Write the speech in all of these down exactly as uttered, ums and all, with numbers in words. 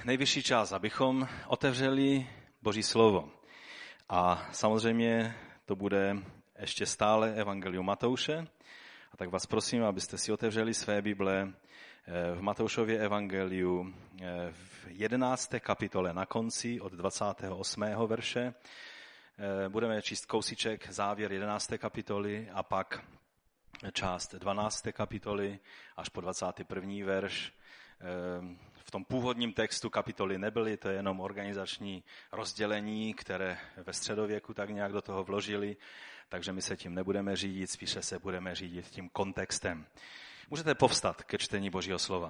nejvyšší čas, abychom otevřeli Boží slovo. A samozřejmě to bude ještě stále Evangelium Matouše. A tak vás prosím, abyste si otevřeli své Bible v Matoušově Evangeliu v jedenácté kapitole na konci od dvacátého osmého verše. Budeme číst kousíček, závěr jedenácté kapitoly a pak část dvanácté kapitoly až po dvacátý první verš. V tom původním textu kapitoly nebyly, to je jenom organizační rozdělení, které ve středověku tak nějak do toho vložili, takže my se tím nebudeme řídit, spíše se budeme řídit tím kontextem. Můžete povstat ke čtení Božího slova.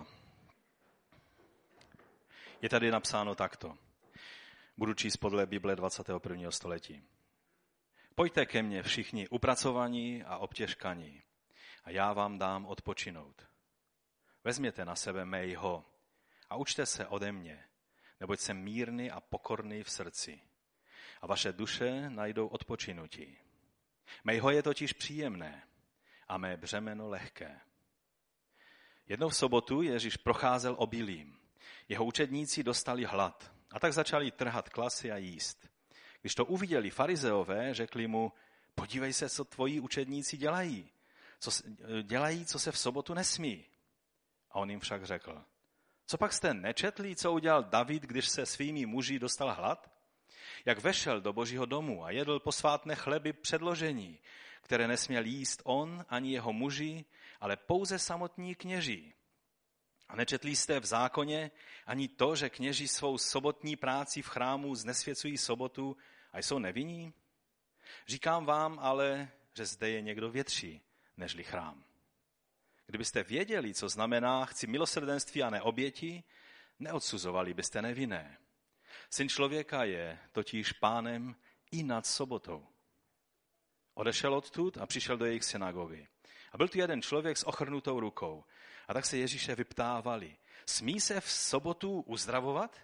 Je tady napsáno takto. Budu číst podle Bible dvacátého prvního století. Pojďte ke mně všichni upracovaní a obtěžkaní a já vám dám odpočinout. Vezměte na sebe mého a učte se ode mě, neboť jsem mírný a pokorný v srdci. A vaše duše najdou odpočinutí. Mého je totiž příjemné a mé břemeno lehké. Jednou v sobotu Ježíš procházel obilím. Jeho učedníci dostali hlad a tak začali trhat klasy a jíst. Když to uviděli farizeové, řekli mu, podívej se, co tvoji učedníci dělají. Co dělají, co se v sobotu nesmí. A on jim však řekl, co pak jste nečetli, co udělal David, když se svými muži dostal hlad? Jak vešel do Božího domu a jedl posvátné chleby předložení, které nesměl jíst on ani jeho muži, ale pouze samotní kněží. A nečetli jste v zákoně ani to, že kněží svou sobotní práci v chrámu znesvěcují sobotu a jsou nevinní? Říkám vám ale, že zde je někdo větší nežli chrám. Kdybyste věděli, co znamená chci milosrdenství a ne oběti, neodsuzovali byste nevinné. Syn člověka je totiž pánem i nad sobotou. Odešel odtud a přišel do jejich synagogy. A byl tu jeden člověk s ochrnutou rukou. A tak se Ježíše vyptávali, smí se v sobotu uzdravovat?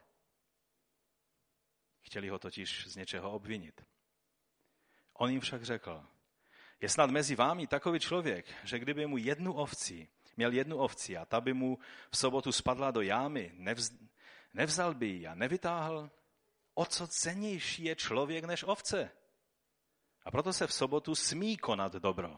Chtěli ho totiž z něčeho obvinit. On jim však řekl, je snad mezi vámi takový člověk, že kdyby mu jednu ovci, měl jednu ovci a ta by mu v sobotu spadla do jámy, nevz, nevzal by ji a nevytáhl? O co cennější je člověk než ovce? A proto se v sobotu smí konat dobro.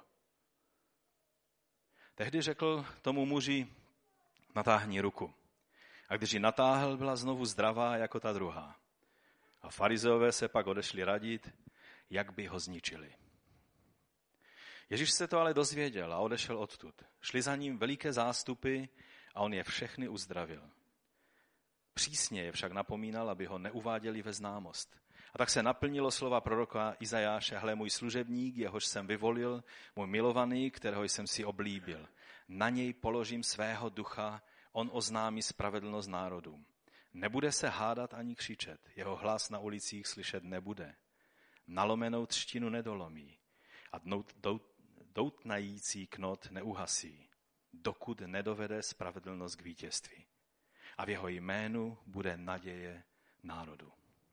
Tehdy řekl tomu muži, natáhni ruku. A když ji natáhl, byla znovu zdravá jako ta druhá. A farizeové se pak odešli radit, jak by ho zničili. Ježíš se to ale dozvěděl a odešel odtud. Šli za ním veliké zástupy a on je všechny uzdravil. Přísně je však napomínal, aby ho neuváděli ve známost. A tak se naplnilo slova proroka Izajáše, hle můj služebník, jehož jsem vyvolil, můj milovaný, kterého jsem si oblíbil. Na něj položím svého ducha, on oznámí spravedlnost národům. Nebude se hádat ani křičet, jeho hlas na ulicích slyšet nebude. Nalomenou třtinu nedolomí a doutnající knot neuhasí, dokud nedovede spravedlnost k vítězství. A v jeho jménu bude naděje národu.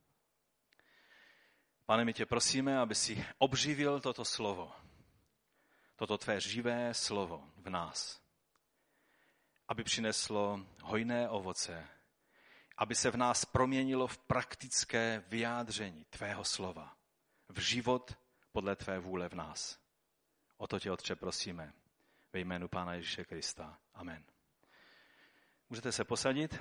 Pane, my tě prosíme, aby si obživil toto slovo, toto tvé živé slovo v nás, aby přineslo hojné ovoce, aby se v nás proměnilo v praktické vyjádření tvého slova, v život podle tvé vůle v nás. O to tě, Otče, prosíme ve jménu Pána Ježíše Krista. Amen. Můžete se posadit?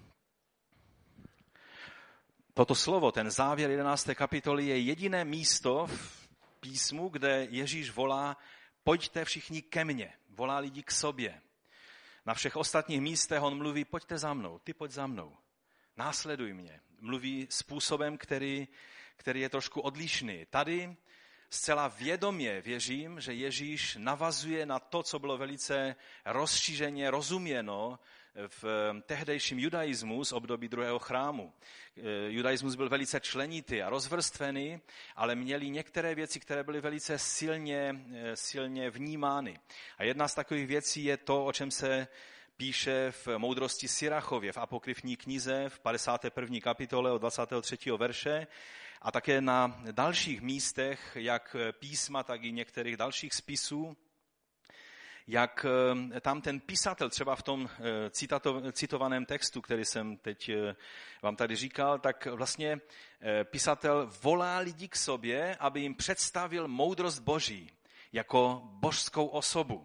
Toto slovo, ten závěr jedenácté kapitoly, je jediné místo v písmu, kde Ježíš volá, pojďte všichni ke mně, volá lidi k sobě. Na všech ostatních místech on mluví, pojďte za mnou, ty pojď za mnou, následuj mě. Mluví způsobem, který, který je trošku odlišný. Tady zcela vědomě věřím, že Ježíš navazuje na to, co bylo velice rozšířeně rozuměno v tehdejším judaismu z období druhého chrámu. Judaismus byl velice členitý a rozvrstvený, ale měli některé věci, které byly velice silně, silně vnímány. A jedna z takových věcí je to, o čem se píše v Moudrosti Sirachově, v apokryfní knize v padesáté první kapitole od dvacátého třetího verše a také na dalších místech, jak písma, tak i některých dalších spisů. jak tam ten písatel, třeba v tom citato, citovaném textu, který jsem teď vám tady říkal, tak vlastně písatel volá lidi k sobě, aby jim představil moudrost Boží jako božskou osobu.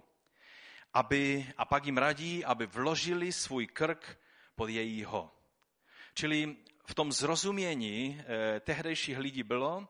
Aby, a pak jim radí, aby vložili svůj krk pod jejího. Čili v tom zrozumění eh, tehdejších lidí bylo,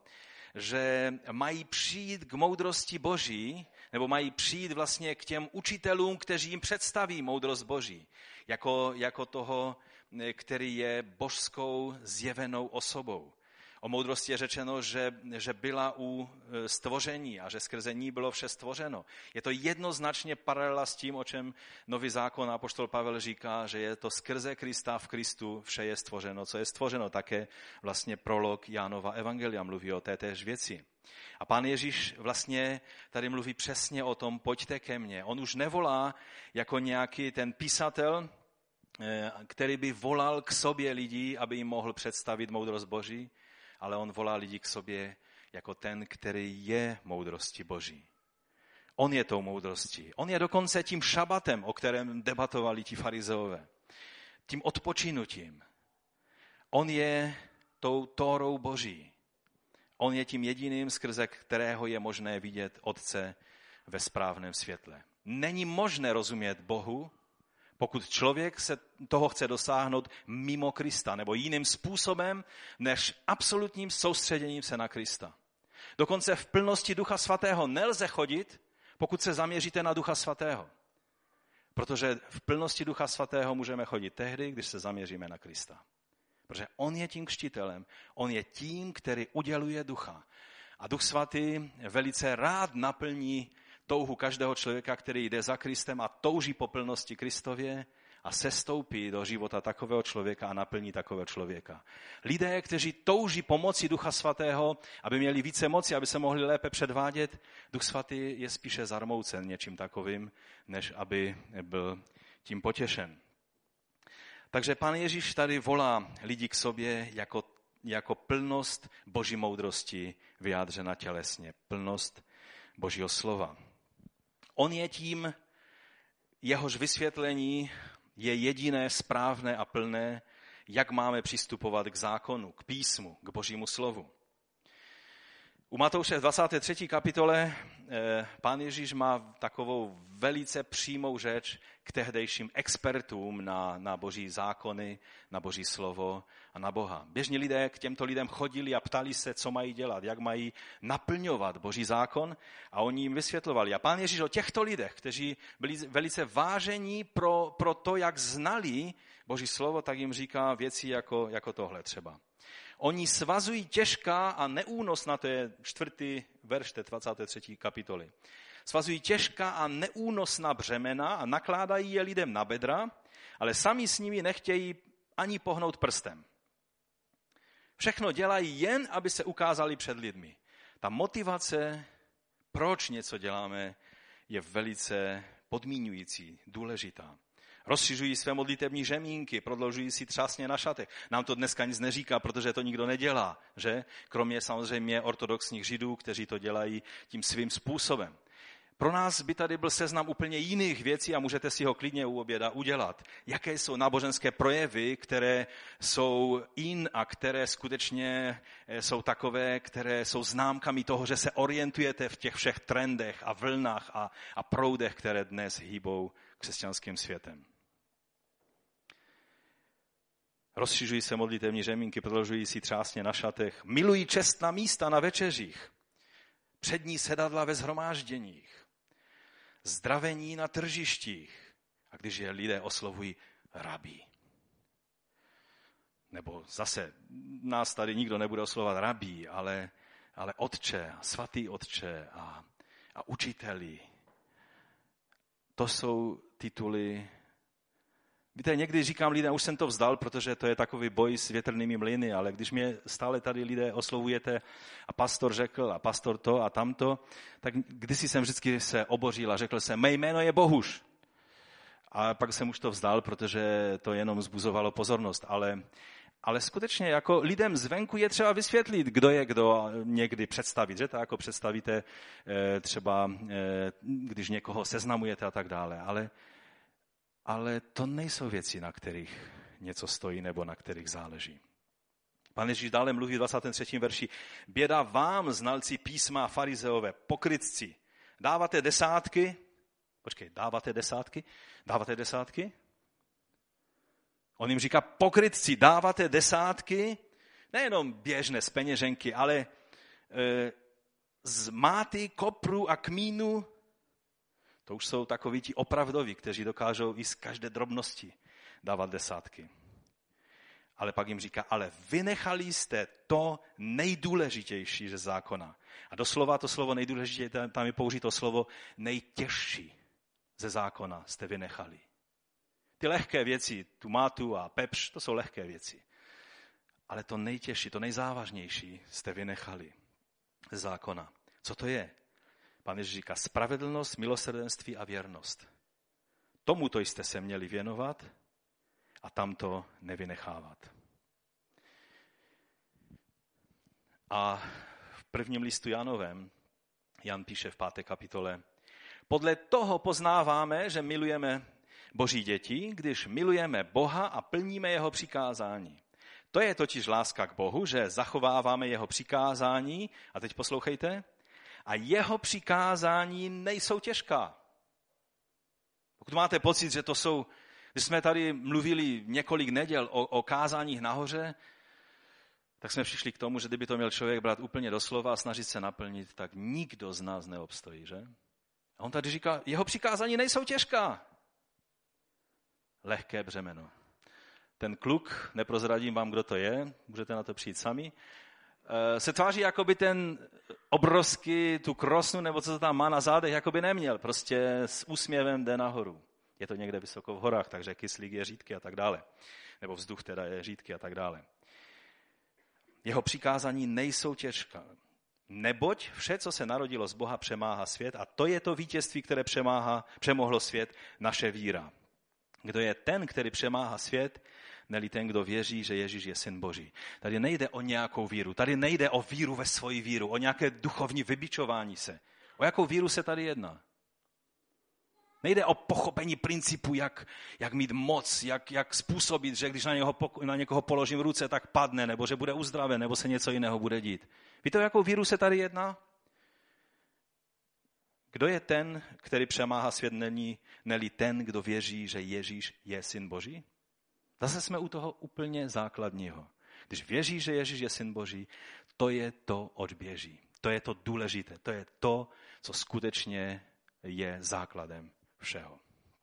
že mají přijít k moudrosti Boží, nebo mají přijít vlastně k těm učitelům, kteří jim představí moudrost Boží, jako, jako toho, který je božskou zjevenou osobou. O moudrosti je řečeno, že, že byla u stvoření a že skrze ní bylo vše stvořeno. Je to jednoznačně paralela s tím, o čem Nový zákon a apoštol Pavel říká, že je to skrze Krista v Kristu vše je stvořeno, co je stvořeno. Také vlastně prolog Jánova evangelia mluví o tétéž věci. A pán Ježíš vlastně tady mluví přesně o tom, pojďte ke mně. On už nevolá jako nějaký ten písatel, který by volal k sobě lidí, aby jim mohl představit moudrost Boží, ale on volá lidi k sobě jako ten, který je moudrosti Boží. On je tou moudrostí. On je dokonce tím šabatem, o kterém debatovali ti farizeové. Tím odpočinutím. On je tou Tórou Boží. On je tím jediným, skrze kterého je možné vidět Otce ve správném světle. Není možné rozumět Bohu, pokud člověk se toho chce dosáhnout mimo Krista, nebo jiným způsobem, než absolutním soustředěním se na Krista. Dokonce v plnosti Ducha Svatého nelze chodit, pokud se zaměříte na Ducha Svatého. Protože v plnosti Ducha Svatého můžeme chodit tehdy, když se zaměříme na Krista. Protože on je tím křtitelem, on je tím, který uděluje ducha. A Duch Svatý velice rád naplní touhu každého člověka, který jde za Kristem a touží po plnosti Kristově a sestoupí do života takového člověka a naplní takového člověka. Lidé, kteří touží pomocí Ducha Svatého, aby měli více moci, aby se mohli lépe předvádět, Duch Svatý je spíše zarmoucen něčím takovým, než aby byl tím potěšen. Takže Pán Ježíš tady volá lidi k sobě jako, jako plnost Boží moudrosti vyjádřena tělesně, plnost Božího slova. On je tím, jehož vysvětlení je jediné, správné a plné, jak máme přistupovat k zákonu, k písmu, k Božímu slovu. U Matouše v dvacáté třetí kapitole eh, Pán Ježíš má takovou velice přímou řeč k tehdejším expertům na, na Boží zákony, na Boží slovo a na Boha. Běžní lidé k těmto lidem chodili a ptali se, co mají dělat, jak mají naplňovat Boží zákon a oni jim vysvětlovali. A Pán Ježíš o těchto lidech, kteří byli velice vážení pro, pro to, jak znali Boží slovo, tak jim říká věci jako, jako tohle třeba. Oni svazují těžká a neúnosná, to je čtvrtý verš té dvacáté třetí kapitoly. Svazují těžká a neúnosná břemena a nakládají je lidem na bedra, ale sami s nimi nechtějí ani pohnout prstem. Všechno dělají jen, aby se ukázali před lidmi. Ta motivace, proč něco děláme, je velice podmíňující, důležitá. Rozšiřují své modlitevní řemínky, prodlužují si třásně na šatech. Nám to dneska nic neříká, protože to nikdo nedělá, že? Kromě samozřejmě ortodoxních Židů, kteří to dělají tím svým způsobem. Pro nás by tady byl seznam úplně jiných věcí a můžete si ho klidně u oběda udělat. Jaké jsou náboženské projevy, které jsou in a které skutečně jsou takové, které jsou známkami toho, že se orientujete v těch všech trendech a vlnách a, a proudech, které dnes hýbou křesťanským světem. Rozšiřují se modlitevní řemínky, prodlužují si třásně na šatech, milují čestná místa na večeřích, přední sedadla ve shromážděních, zdravení na tržištích a když je lidé oslovují rabí. Nebo zase nás tady nikdo nebude oslovovat rabí, ale, ale otče, svatý otče a, a učiteli. To jsou tituly. Víte, někdy říkám lidem, už jsem to vzdal, protože to je takový boj s větrnými mlyny, ale když mě stále tady lidé oslovujete a pastor řekl a pastor to a tamto, tak kdysi jsem vždycky se obořil a řekl jsem, mé jméno je Bohuš. A pak jsem už to vzdal, protože to jenom vzbuzovalo pozornost, ale, Ale skutečně jako lidem zvenku je třeba vysvětlit, kdo je kdo, někdy představit, že to jako představíte třeba, když někoho seznamujete a tak dále. Ale, ale to nejsou věci, na kterých něco stojí nebo na kterých záleží. Pán Ježíš dále mluví v dvacátém třetím verši. Běda vám, znalci písma a farizeové, pokrytci. Dáváte desátky? Počkej, dáváte desátky? Dáváte desátky? On jim říká, pokrytci, dáváte desátky? Nejenom běžné z peněženky, ale e, z máty, kopru a kmínu. To už jsou takoví ti opravdoví, kteří dokážou i z každé drobnosti dávat desátky. Ale pak jim říká, ale vynechali jste to nejdůležitější ze zákona. A doslova to slovo nejdůležitější, tam je použito slovo nejtěžší ze zákona jste vynechali. Ty lehké věci, tu mátu a pepř, to jsou lehké věci. Ale to nejtěžší, to nejzávažnější jste vynechali ze zákona. Co to je? Pán Ježíš říká, spravedlnost, milosrdenství a věrnost. Tomuto jste se měli věnovat a tamto nevynechávat. A v prvním listu Janovém Jan píše v páté kapitole, podle toho poznáváme, že milujeme Boží děti, když milujeme Boha a plníme jeho přikázání. To je totiž láska k Bohu, že zachováváme jeho přikázání, a teď poslouchejte, a jeho přikázání nejsou těžká. Pokud máte pocit, že to jsou, když jsme tady mluvili několik neděl o, o kázáních nahoře, tak jsme přišli k tomu, že kdyby to měl člověk brát úplně doslova a snažit se naplnit, tak nikdo z nás neobstojí, že? A on tady říká, jeho přikázání nejsou těžká. Lehké břemeno. Ten kluk, neprozradím vám, kdo to je, můžete na to přijít sami, se tváří, jako by ten obrovský, tu krosnu, nebo co to tam má na zádech, jako by neměl. Prostě s úsměvem jde nahoru. Je to někde vysoko v horách, takže kyslík je řídký a tak dále. Nebo vzduch teda je řídký a tak dále. Jeho přikázání nejsou těžká. Neboť vše, co se narodilo z Boha, přemáhá svět a to je to vítězství, které přemáhá, přemohlo svět, naše víra. Kdo je ten, který přemáhá svět, neli ten, kdo věří, že Ježíš je syn Boží. Tady nejde o nějakou víru, tady nejde o víru ve svoji víru, o nějaké duchovní vybičování se. O jakou víru se tady jedná? Nejde o pochopení principu, jak, jak mít moc, jak, jak způsobit, že když na, něho, na někoho položím ruce, tak padne, nebo že bude uzdraven, nebo se něco jiného bude dít. Víte, o jakou víru se tady jedná? Kdo je ten, který přemáhá svět, není, neli ten, kdo věří, že Ježíš je syn Boží? Zase jsme u toho úplně základního. Když věří, že Ježíš je syn Boží, to je to odběží. To je to důležité. To je to, co skutečně je základem všeho.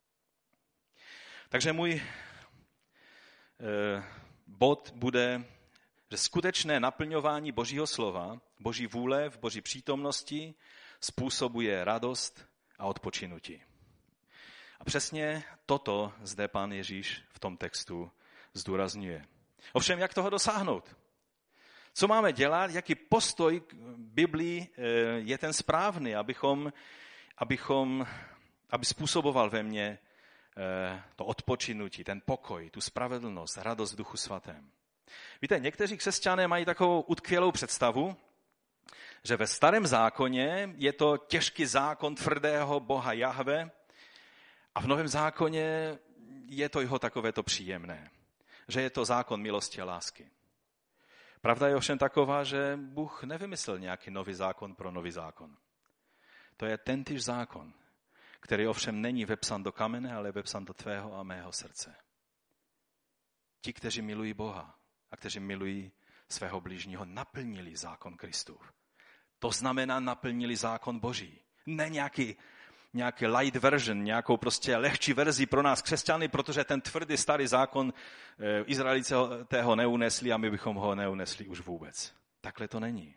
Takže můj eh, bod bude, že skutečné naplňování Božího slova, Boží vůle v Boží přítomnosti způsobuje radost a odpočinutí. A přesně toto zde Pán Ježíš v tom textu zdůrazňuje. Ovšem, jak toho dosáhnout? Co máme dělat? Jaký postoj k Biblii je ten správný, abychom, abychom, aby způsoboval ve mně to odpočinutí, ten pokoj, tu spravedlnost, radost v Duchu Svatém. Víte, někteří křesťané mají takovou utkvělou představu, že ve starém zákoně je to těžký zákon tvrdého Boha Jahve a v novém zákoně je to jeho takovéto příjemné, že je to zákon milosti a lásky. Pravda je ovšem taková, že Bůh nevymyslel nějaký nový zákon pro nový zákon. To je tentýž zákon, který ovšem není vepsan do kamene, ale vepsan do tvého a mého srdce. Ti, kteří milují Boha a kteří milují svého blížního, naplnili zákon Kristův. To znamená, naplnili zákon Boží. Ne nějaký, nějaký light version, nějakou prostě lehčí verzi pro nás křesťany, protože ten tvrdý starý zákon e, Izraelice ho neunesli a my bychom ho neunesli už vůbec. Takhle to není.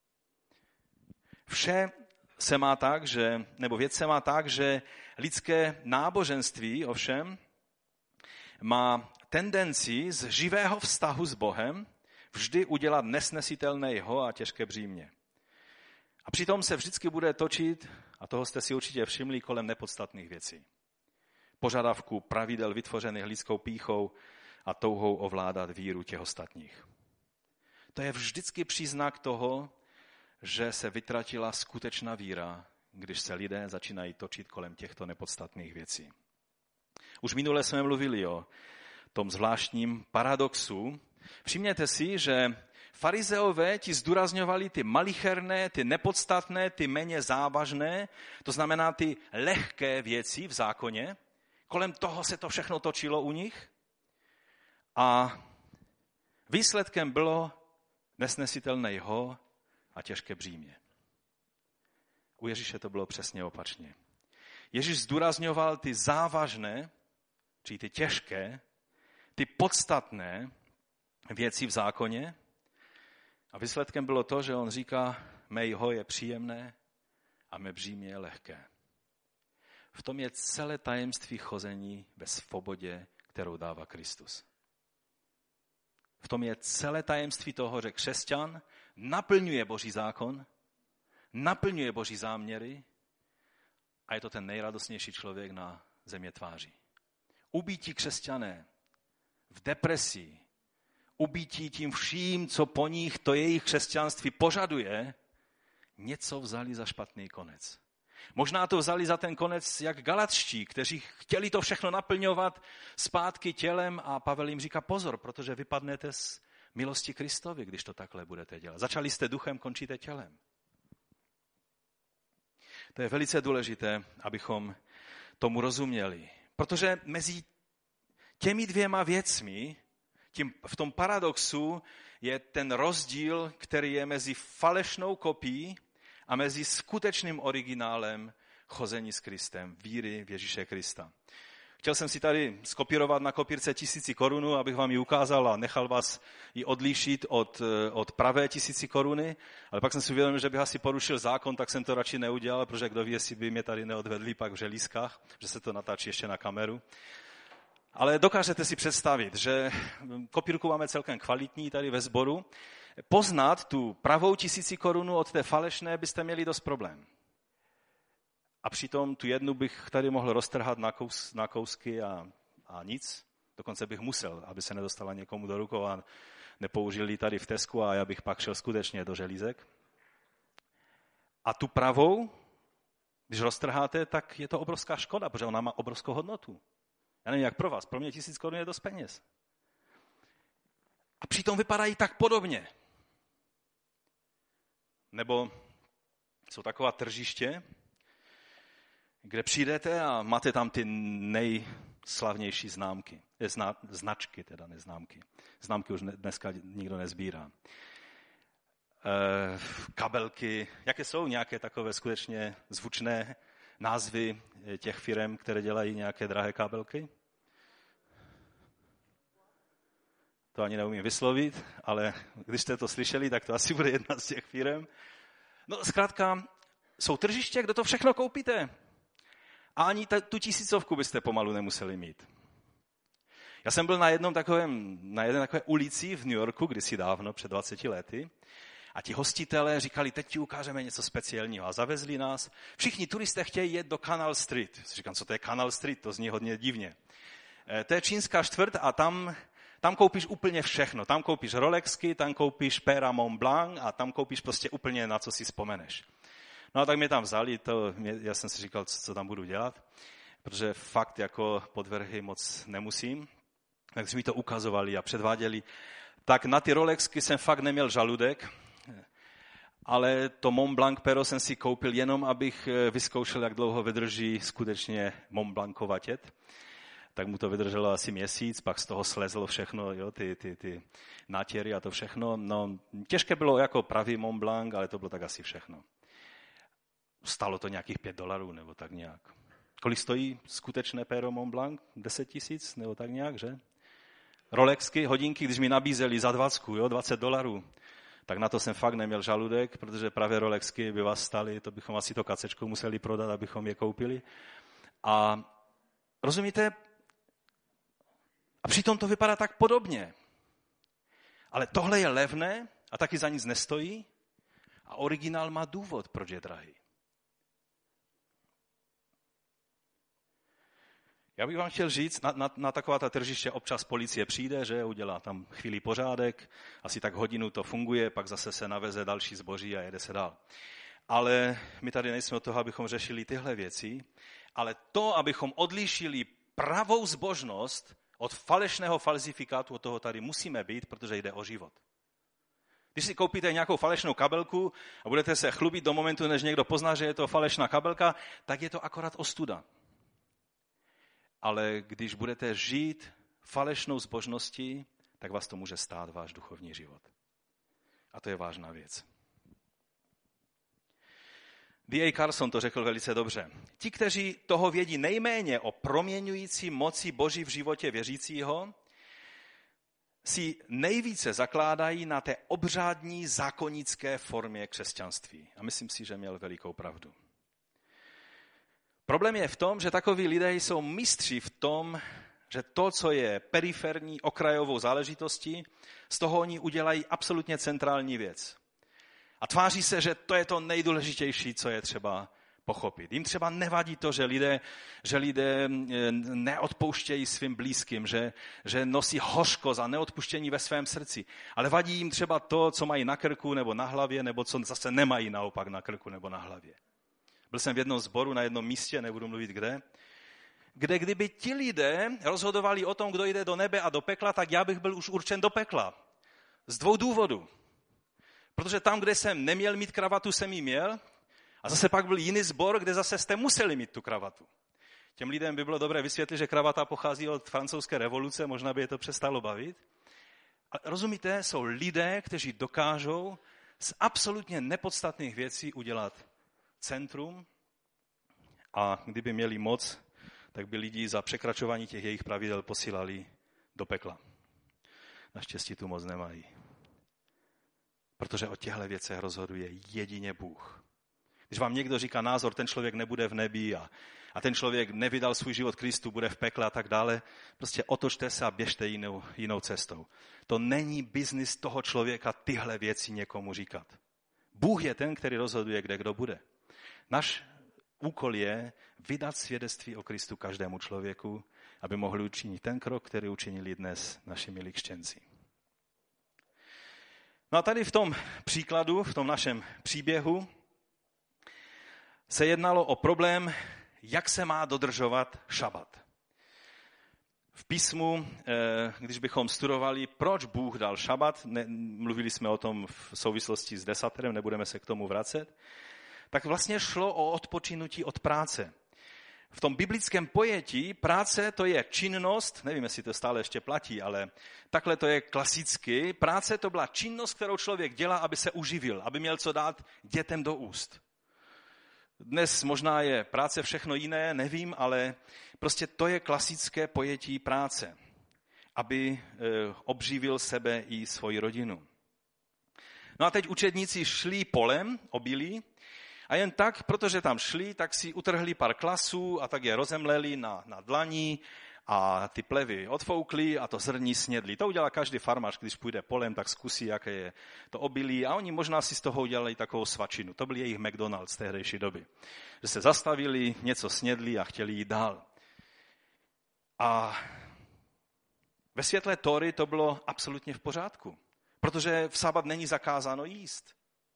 Vše se má tak, že, nebo věc se má tak, že lidské náboženství ovšem má tendenci z živého vztahu s Bohem vždy udělat nesnesitelné jeho a těžké břímě. A přitom se vždycky bude točit, a toho jste si určitě všimli, kolem nepodstatných věcí. Požadavků, pravidel vytvořených lidskou pýchou a touhou ovládat víru těch ostatních. To je vždycky příznak toho, že se vytratila skutečná víra, když se lidé začínají točit kolem těchto nepodstatných věcí. Už minule jsme mluvili o tom zvláštním paradoxu. Všimněte si, že farizeové ti zdůrazňovali ty malicherné, ty nepodstatné, ty méně závažné, to znamená ty lehké věci v zákoně. Kolem toho se to všechno točilo u nich. A výsledkem bylo nesnesitelné jho a těžké břímě. U Ježíše to bylo přesně opačně. Ježíš zdůrazňoval ty závažné, či ty těžké, ty podstatné věci v zákoně. A výsledkem bylo to, že on říká, mé jho je příjemné a mé břímě je lehké. V tom je celé tajemství chození ve svobodě, kterou dává Kristus. V tom je celé tajemství toho, že křesťan naplňuje Boží zákon, naplňuje Boží záměry a je to ten nejradostnější člověk na země tváří. Ubítí křesťané v depresi, ubítí tím vším, co po nich to jejich křesťanství požaduje, něco vzali za špatný konec. Možná to vzali za ten konec jak Galatští, kteří chtěli to všechno naplňovat zpátky tělem a Pavel jim říká pozor, protože vypadnete z milosti Kristovi, když to takhle budete dělat. Začali jste duchem, končíte tělem. To je velice důležité, abychom tomu rozuměli. Protože mezi těmi dvěma věcmi, tím, v tom paradoxu je ten rozdíl, který je mezi falešnou kopií a mezi skutečným originálem chození s Kristem, víry v Ježíše Krista. Chtěl jsem si tady skopírovat na kopírce tisíci korunu, abych vám ji ukázal a nechal vás ji odlišit od, od pravé tisíci koruny, ale pak jsem si uvědomil, že bych asi porušil zákon, tak jsem to radši neudělal, protože kdo ví, jestli by mě tady neodvedli pak v želízkách, že se to natáčí ještě na kameru. Ale dokážete si představit, že kopírku máme celkem kvalitní tady ve sboru. Poznat tu pravou tisíci korunu od té falešné byste měli dost problém. A přitom tu jednu bych tady mohl roztrhat na, kous, na kousky a, a nic. Dokonce bych musel, aby se nedostala někomu do rukou a nepoužili tady v Tesku a já bych pak šel skutečně do želízek. A tu pravou, když roztrháte, tak je to obrovská škoda, protože ona má obrovskou hodnotu. Já nevím, jak pro vás, pro mě tisíc korun je dost peněz. A přitom vypadají tak podobně. Nebo jsou taková tržiště, kde přijdete a máte tam ty nejslavnější známky. Zna, značky, teda neznámky. Známky už dneska nikdo nezbírá. E, kabelky, jaké jsou nějaké takové skutečně zvučné názvy těch firem, které dělají nějaké drahé kabelky? To ani neumím vyslovit, ale když jste to slyšeli, tak to asi bude jedna z těch firem. No zkrátka, jsou tržiště, kde to všechno koupíte. A ani ta, tu tisícovku byste pomalu nemuseli mít. Já jsem byl na jednom takovém, na jedné takové ulici v New Yorku, kdysi dávno, před dvaceti lety. A ti hostitelé říkali, teď ti ukážeme něco speciálního. A zavezli nás. Všichni turisté chtějí jet do Canal Street. Říkám, co to je Canal Street? To zní hodně divně. E, to je čínská čtvrt a tam, tam koupíš úplně všechno. Tam koupíš Rolexky, tam koupíš Péra Mont Blanc a tam koupíš prostě úplně na co si vzpomeneš. No a tak mě tam vzali, to, já jsem si říkal, co, co tam budu dělat, protože fakt jako podvrhy moc nemusím. Tak mi to ukazovali a předváděli. Tak na ty Rolexky jsem fakt neměl žaludek, ale to Mont Blanc pero jsem si koupil jenom, abych vyzkoušel, jak dlouho vydrží skutečně Mont Blancovatět. Tak mu to vydrželo asi měsíc, pak z toho slezlo všechno, jo, ty, ty, ty nátěry a to všechno. No, těžké bylo jako pravý Mont Blanc, ale to bylo tak asi všechno. Stalo to nějakých pět dolarů, nebo tak nějak. Kolik stojí skutečné péro Mont Blanc? Deset tisíc, nebo tak nějak, že? Rolexky, hodinky, když mi nabízeli za dvacku, jo, dvacet dolarů, tak na to jsem fakt neměl žaludek, protože právě Rolexky by vás staly, to bychom asi to kacečkou museli prodat, abychom je koupili. A rozumíte? A přitom to vypadá tak podobně. Ale tohle je levné a taky za nic nestojí a originál má důvod, proč je drahý. Já bych vám chtěl říct, na, na, na taková ta tržiště občas policie přijde, že udělá tam chvíli pořádek, asi tak hodinu to funguje, pak zase se naveze další zboží a jede se dál. Ale my tady nejsme od toho, abychom řešili tyhle věci, ale to, abychom odlišili pravou zbožnost od falešného falzifikátu, od toho tady musíme být, protože jde o život. Když si koupíte nějakou falešnou kabelku a budete se chlubit do momentu, než někdo pozná, že je to falešná kabelka, tak je to akorát ostuda. Ale když budete žít falešnou zbožností, tak vás to může stát váš duchovní život. A to je vážná věc. D A Carson to řekl velice dobře. Ti, kteří toho vědí nejméně o proměňující moci Boží v životě věřícího, si nejvíce zakládají na té obřádní zákonické formě křesťanství. A myslím si, že měl velikou pravdu. Problém je v tom, že takoví lidé jsou mistři v tom, že to, co je periferní, okrajovou záležitostí, z toho oni udělají absolutně centrální věc. A tváří se, že to je to nejdůležitější, co je třeba pochopit. Jim třeba nevadí to, že lidé, že lidé neodpouštějí svým blízkým, že, že nosí hořkost a neodpuštění ve svém srdci. Ale vadí jim třeba to, co mají na krku nebo na hlavě, nebo co zase nemají naopak na krku nebo na hlavě. Byl jsem v jednom sboru na jednom místě, nebudu mluvit kde, kde kdyby ti lidé rozhodovali o tom, kdo jde do nebe a do pekla, tak já bych byl už určen do pekla. Z dvou důvodů. Protože tam, kde jsem neměl mít kravatu, jsem ji měl. A zase pak byl jiný sbor, kde zase jste museli mít tu kravatu. Těm lidem by bylo dobré vysvětlit, že kravata pochází od francouzské revoluce, možná by je to přestalo bavit. A rozumíte, jsou lidé, kteří dokážou z absolutně nepodstatných věcí udělat centrum a kdyby měli moc, tak by lidi za překračování těch jejich pravidel posílali do pekla. Naštěstí tu moc nemají. Protože o těchto věcech rozhoduje jedině Bůh. Když vám někdo říká názor, ten člověk nebude v nebi a, a ten člověk nevydal svůj život Kristu, bude v pekle a tak dále, prostě otočte se a běžte jinou, jinou cestou. To není biznis toho člověka tyhle věci někomu říkat. Bůh je ten, který rozhoduje, kde kdo bude. Náš úkol je vydat svědectví o Kristu každému člověku, aby mohli učinit ten krok, který učinili dnes naši milí křesťanci. No a tady v tom příkladu, v tom našem příběhu, se jednalo o problém, jak se má dodržovat šabat. V písmu, když bychom studovali, proč Bůh dal šabat, ne, mluvili jsme o tom v souvislosti s desaterem, nebudeme se k tomu vracet, tak vlastně šlo o odpočinutí od práce. V tom biblickém pojetí práce to je činnost, nevím, jestli to stále ještě platí, ale takhle to je klasicky. Práce to byla činnost, kterou člověk dělá, aby se uživil, aby měl co dát dětem do úst. Dnes možná je práce všechno jiné, nevím, ale prostě to je klasické pojetí práce, aby obživil sebe i svoji rodinu. No a teď učedníci šli polem, obilí, a jen tak, protože tam šli, tak si utrhli pár klasů a tak je rozemleli na, na dlaní a ty plevy odfoukli a to zrní snědli. To udělá každý farmář, když půjde polem, tak zkusí, jaké je to obilí a oni možná si z toho udělali takovou svačinu. To byl jejich McDonald's tehdejší doby. Že se zastavili, něco snědli a chtěli jít dál. A ve světle Tóry to bylo absolutně v pořádku, protože v sabat není zakázáno jíst.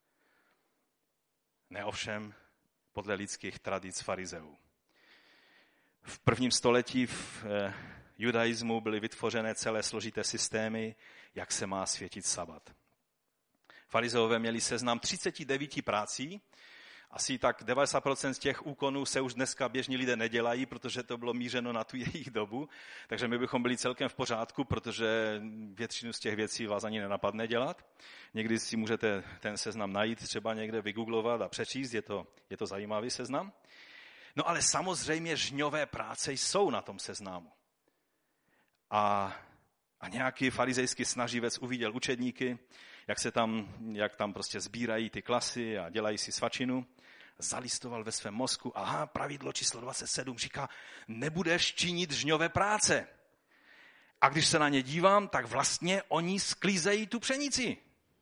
Ne ovšem podle lidských tradic farizeů. V prvním století v judaismu byly vytvořené celé složité systémy, jak se má světit sabat. Farizeové měli seznam třicet devět prací, asi tak devadesát procent z těch úkonů se už dneska běžní lidé nedělají, protože to bylo mířeno na tu jejich dobu, takže my bychom byli celkem v pořádku, protože většinu z těch věcí vás ani nenapadne dělat. Někdy si můžete ten seznam najít, třeba někde vygooglovat a přečíst, je to, je to zajímavý seznam. No ale samozřejmě žňové práce jsou na tom seznamu. A, a nějaký farizejský snaživec uviděl učedníky, jak se tam, jak tam prostě sbírají ty klasy a dělají si svačinu. Zalistoval ve svém mozku, aha, pravidlo číslo dvacet sedm říká, nebudeš činit žňové práce. A když se na ně dívám, tak vlastně oni sklízejí tu pšenici.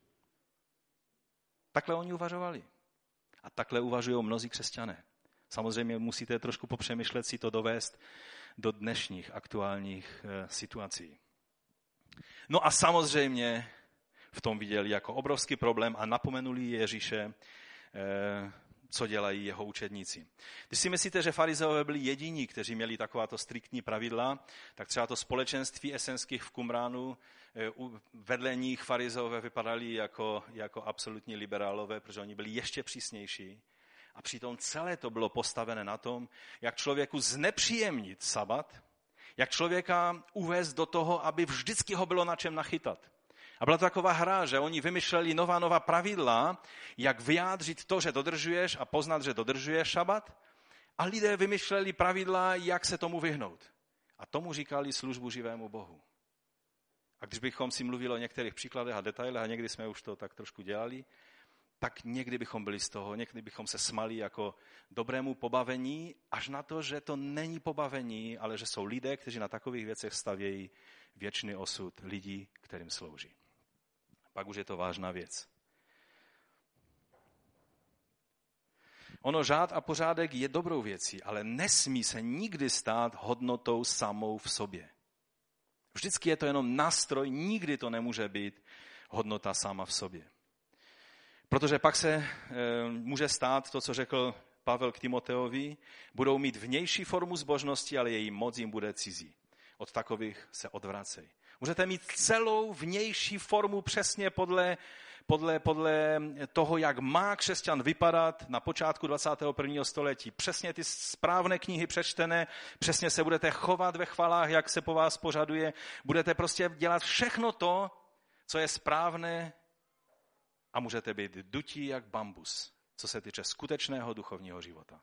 Takhle oni uvažovali. A takhle uvažují mnozí křesťané. Samozřejmě musíte trošku popřemýšlet, si to dovést do dnešních aktuálních situací. No a samozřejmě v tom viděli jako obrovský problém a napomenuli Ježíše, co dělají jeho učedníci. Když si myslíte, že farizeové byli jediní, kteří měli takováto striktní pravidla, tak třeba to společenství esenských v Qumránu, vedle nich farizeové vypadali jako, jako absolutní liberálové, protože oni byli ještě přísnější. A přitom celé to bylo postavené na tom, jak člověku znepříjemnit sabat, jak člověka uvést do toho, aby vždycky ho bylo na čem nachytat. A byla to taková hra, že oni vymyšleli nová, nová pravidla, jak vyjádřit to, že dodržuješ a poznat, že dodržuješ šabat. A lidé vymyšleli pravidla, jak se tomu vyhnout. A tomu říkali službu živému Bohu. A když bychom si mluvili o některých příkladech a detailech, a někdy jsme už to tak trošku dělali, tak někdy bychom byli z toho, někdy bychom se smali jako dobrému pobavení, až na to, že to není pobavení, ale že jsou lidé, kteří na takových věcech stavějí věčný osud lidí, kterým slouží. Pak už je to vážná věc. Ono řád a pořádek je dobrou věcí, ale nesmí se nikdy stát hodnotou samou v sobě. Vždycky je to jenom nástroj, nikdy to nemůže být hodnota sama v sobě. Protože pak se e, může stát to, co řekl Pavel k Timoteovi, budou mít vnější formu zbožnosti, ale její moc jim bude cizí. Od takových se odvracej. Můžete mít celou vnější formu přesně podle, podle, podle toho, jak má křesťan vypadat na počátku dvacátého prvního století. Přesně ty správné knihy přečtené, přesně se budete chovat ve chvalách, jak se po vás požaduje. Budete prostě dělat všechno to, co je správné, a můžete být dutí jak bambus, co se týče skutečného duchovního života.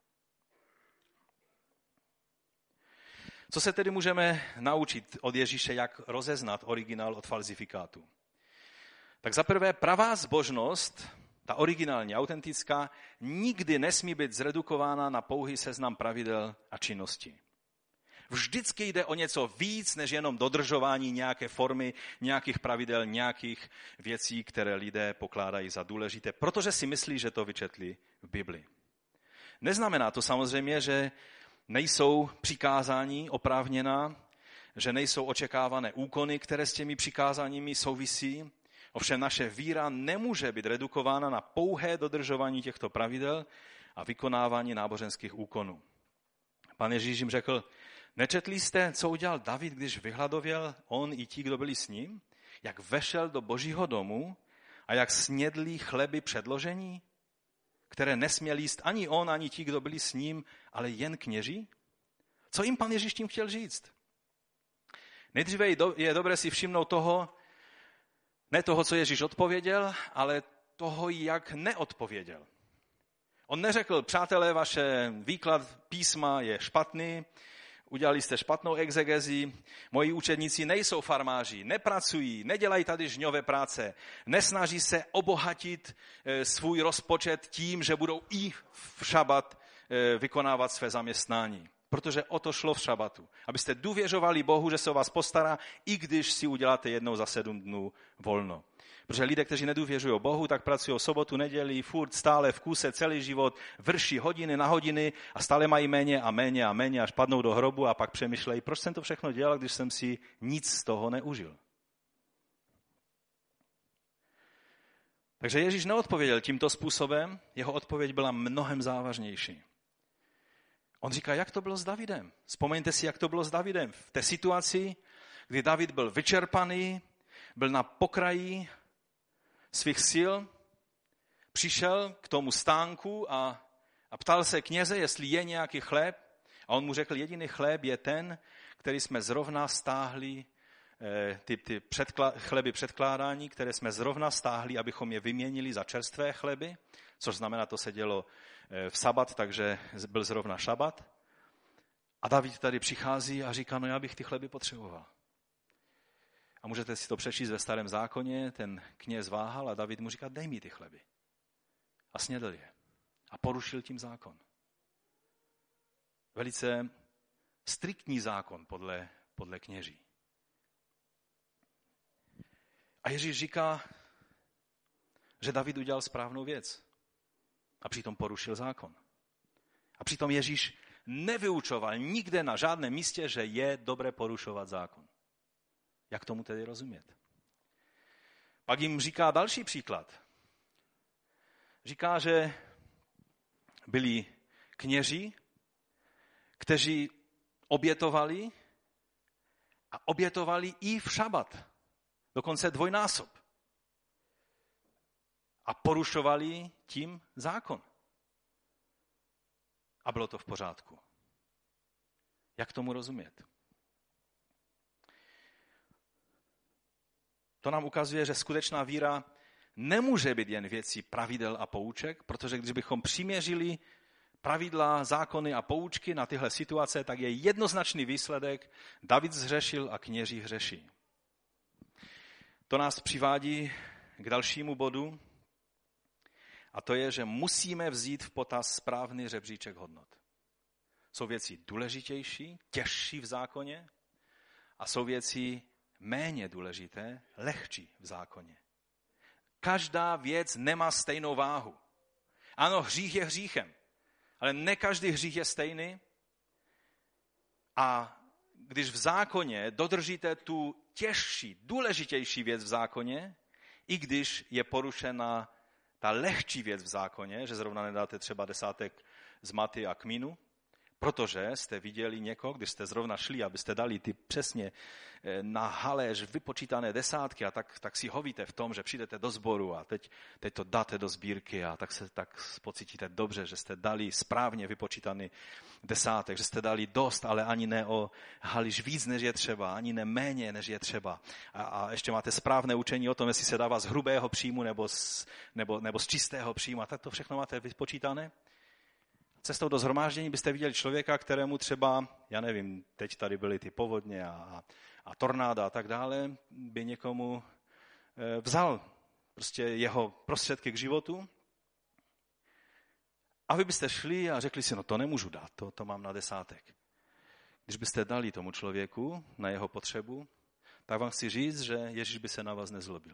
Co se tedy můžeme naučit od Ježíše, jak rozeznat originál od falzifikátu? Tak za prvé, pravá zbožnost, ta originální, autentická, nikdy nesmí být zredukována na pouhý seznam pravidel a činností. Vždycky jde o něco víc, než jenom dodržování nějaké formy, nějakých pravidel, nějakých věcí, které lidé pokládají za důležité, protože si myslí, že to vyčetli v Bibli. Neznamená to samozřejmě, že nejsou přikázání oprávněná, že nejsou očekávané úkony, které s těmi přikázáními souvisí. Ovšem naše víra nemůže být redukována na pouhé dodržování těchto pravidel a vykonávání náboženských úkonů. Pan Ježíš jim řekl, nečetli jste, co udělal David, když vyhladověl on i ti, kdo byli s ním? Jak vešel do Božího domu a jak snědli chleby předložení, které nesměl jíst ani on, ani ti, kdo byli s ním, ale jen kněží? Co jim pan Ježíš tím chtěl říct? Nejdříve je dobré si všimnout toho, ne toho, co Ježíš odpověděl, ale toho, jak neodpověděl. On neřekl, přátelé, vaše výklad písma je špatný, udělali jste špatnou exegezi, moji učedníci nejsou farmáři, nepracují, nedělají tady žňové práce, nesnaží se obohatit svůj rozpočet tím, že budou i v šabat vykonávat své zaměstnání. Protože o to šlo v šabatu. Abyste důvěřovali Bohu, že se o vás postará, i když si uděláte jednou za sedm dnů volno. Protože lidé, kteří nedůvěřují Bohu, tak pracují sobotu, neděli, furt, stále v kuse, celý život, vrší hodiny na hodiny a stále mají méně a méně a méně, až padnou do hrobu a pak přemýšlejí, proč jsem to všechno dělal, když jsem si nic z toho neužil. Takže Ježíš neodpověděl tímto způsobem, jeho odpověď byla mnohem závažnější. On říká, jak to bylo s Davidem. Vzpomeňte si, jak to bylo s Davidem. V té situaci, kdy David byl vyčerpaný, byl na pokraji svých sil, přišel k tomu stánku a, a ptal se kněze, jestli je nějaký chléb. A on mu řekl, jediný chléb je ten, který jsme zrovna stáhli, ty, ty předkla, chleby předkládání, které jsme zrovna stáhli, abychom je vyměnili za čerstvé chleby, což znamená, to se dělo v sabat, takže byl zrovna šabat. A David tady přichází a říká, no já bych ty chleby potřeboval. A můžete si to přečíst ve Starém zákoně, ten kněz váhal a David mu říká, dej mi ty chleby. A snědl je. A porušil tím zákon. Velice striktní zákon podle, podle kněží. A Ježíš říká, že David udělal správnou věc. A přitom porušil zákon. A přitom Ježíš nevyučoval nikde na žádném místě, že je dobré porušovat zákon. Jak tomu tedy rozumět? Pak jim říká další příklad. Říká, že byli kněží, kteří obětovali a obětovali i v šabat. Dokonce dvojnásob. A porušovali tím zákon. A bylo to v pořádku. Jak tomu rozumět? To nám ukazuje, že skutečná víra nemůže být jen věcí pravidel a pouček, protože když bychom přiměřili pravidla, zákony a poučky na tyhle situace, tak je jednoznačný výsledek: David zhřešil a kněží hřeší. To nás přivádí k dalšímu bodu, a to je, že musíme vzít v potaz správný žebříček hodnot. Jsou věci důležitější, těžší v zákoně a jsou věci méně důležité, lehčí v zákoně. Každá věc nemá stejnou váhu. Ano, hřích je hříchem, ale ne každý hřích je stejný. A když v zákoně dodržíte tu těžší, důležitější věc v zákoně, i když je porušena ta lehčí věc v zákoně, že zrovna nedáte třeba desátek z maty a kmínu, protože jste viděli někoho, když jste zrovna šli, abyste dali ty přesně na haléř vypočítané desátky a tak, tak si hovíte v tom, že přijdete do sboru a teď, teď to dáte do sbírky a tak se tak pocítíte dobře, že jste dali správně vypočítaný desátek, že jste dali dost, ale ani ne o hališ víc, než je třeba, ani ne méně, než je třeba. A, a ještě máte správné učení o tom, jestli se dává z hrubého příjmu nebo z, nebo, nebo z čistého příjmu a tak to všechno máte vypočítané. Cestou do shromáždění byste viděli člověka, kterému třeba, já nevím, teď tady byly ty povodně a, a tornáda a tak dále, by někomu vzal prostě jeho prostředky k životu a vy byste šli a řekli si, no to nemůžu dát, to, to mám na desátek. Když byste dali tomu člověku na jeho potřebu, tak vám chci říct, že Ježíš by se na vás nezlobil.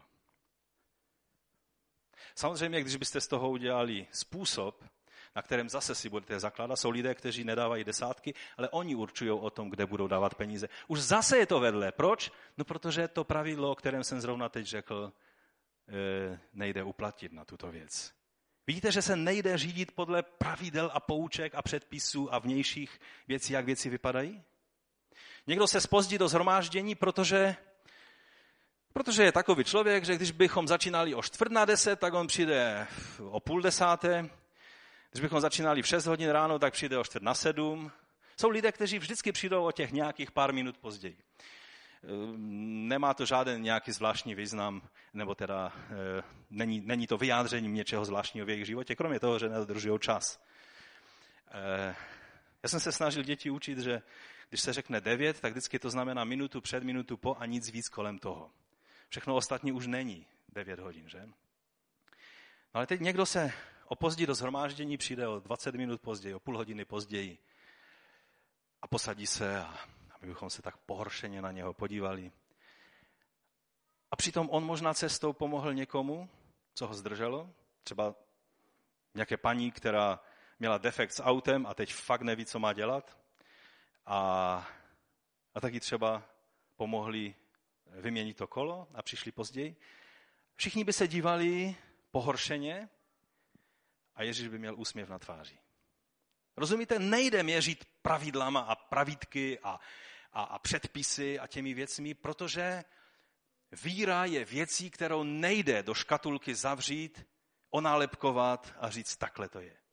Samozřejmě, když byste z toho udělali způsob, na kterém zase si budete zakládat. Jsou lidé, kteří nedávají desátky, ale oni určují o tom, kde budou dávat peníze. Už zase je to vedle. Proč? No protože to pravidlo, o kterém jsem zrovna teď řekl, nejde uplatit na tuto věc. Vidíte, že se nejde řídit podle pravidel a pouček a předpisů a vnějších věcí, jak věci vypadají? Někdo se zpozdí do shromáždění, protože, protože je takový člověk, že když bychom začínali o čtvrt na deset, tak on přijde o půl desáté. Když bychom začínali v šest hodin ráno, tak přijde o čtvrt na sedm. Jsou lidé, kteří vždycky přijdou o těch nějakých pár minut později. Nemá to žádný nějaký zvláštní význam, nebo teda e, není, není to vyjádřením něčeho zvláštního v jejich životě, kromě toho, že nedodržují čas. E, já jsem se snažil děti učit, že když se řekne devět, tak vždycky to znamená minutu před, minutu po a nic víc kolem toho. Všechno ostatní už není devět hodin, že? No ale teď někdo se opozdí do shromáždění, přijde o dvacet minut později, o půl hodiny později a posadí se, a aby bychom se tak pohoršeně na něho podívali. A přitom on možná cestou pomohl někomu, co ho zdrželo, třeba nějaké paní, která měla defekt s autem a teď fakt neví, co má dělat. A, a taky třeba pomohli vyměnit to kolo a přišli později. Všichni by se dívali pohoršeně a Ježíš by měl úsměv na tváři. Rozumíte, nejde měřit pravidlama a pravidky a, a, a předpisy a těmi věcmi, protože víra je věcí, kterou nejde do škatulky zavřít, onálepkovat a říct, takhle to je.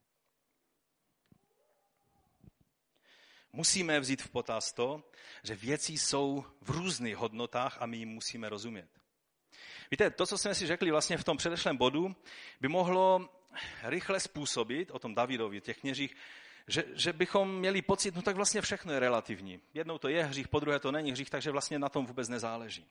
Musíme vzít v potaz to, že věci jsou v různých hodnotách a my jim musíme rozumět. Víte, to, co jsme si řekli vlastně v tom předešlém bodu, by mohlo rychle způsobit, o tom Davidovi, těch kněžích, že, že bychom měli pocit, no tak vlastně všechno je relativní. Jednou to je hřích, po druhé to není hřích, takže vlastně na tom vůbec nezáleží.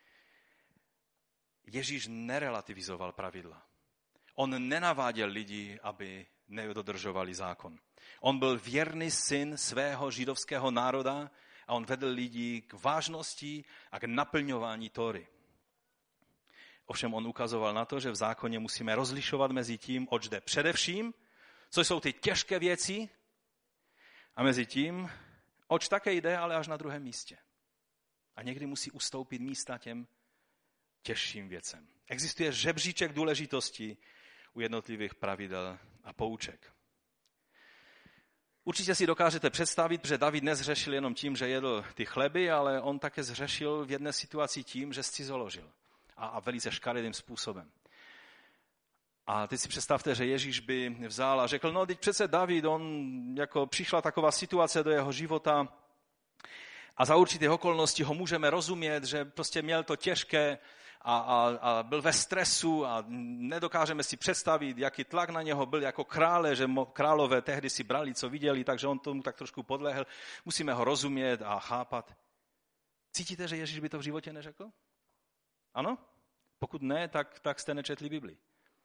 Ježíš nerelativizoval pravidla. On nenaváděl lidi, aby nedodržovali zákon. On byl věrný syn svého židovského národa a on vedl lidi k vážnosti a k naplňování Tóry. Ovšem on ukazoval na to, že v zákoně musíme rozlišovat mezi tím, oč jde především, co jsou ty těžké věci, A mezi tím oč také jde, ale až na druhém místě. A někdy musí ustoupit místa těm těžším věcem. Existuje žebříček důležitosti u jednotlivých pravidel a pouček. Určitě si dokážete představit, že David nezřešil jenom tím, že jedl ty chleby, ale on také zřešil v jedné situaci tím, že scizoložil. A, a velice škaredým způsobem. A teď si představte, že Ježíš by vzal a řekl, no teď přece David, on jako přišla taková situace do jeho života a za určitých okolností ho můžeme rozumět, že prostě měl to těžké a, a, a byl ve stresu a nedokážeme si představit, jaký tlak na něho byl jako krále, že mo, králové tehdy si brali, co viděli, takže on tomu tak trošku podlehl. Musíme ho rozumět a chápat. Cítíte, že Ježíš by to v životě neřekl? Ano? Pokud ne, tak, tak jste nečetli Bibli.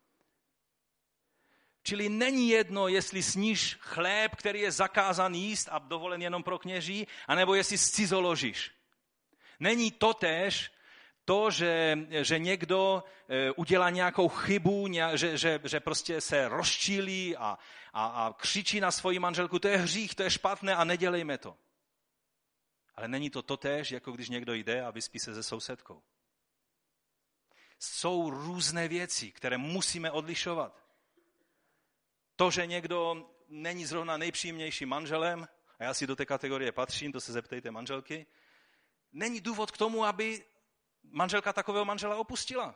Čili není jedno, jestli sníš chléb, který je zakázán jíst a dovolen jenom pro kněží, anebo jestli scizoložíš. Není totéž to, že, že někdo udělá nějakou chybu, že, že, že prostě se rozčílí a, a, a křičí na svoji manželku, to je hřích, to je špatné a nedělejme to. Ale není to totéž, jako když někdo jde a vyspí se se sousedkou. Jsou různé věci, které musíme odlišovat. To, že někdo není zrovna nejpříjemnějším manželem, a já si do té kategorie patřím, to se zeptejte manželky, není důvod k tomu, aby manželka takového manžela opustila.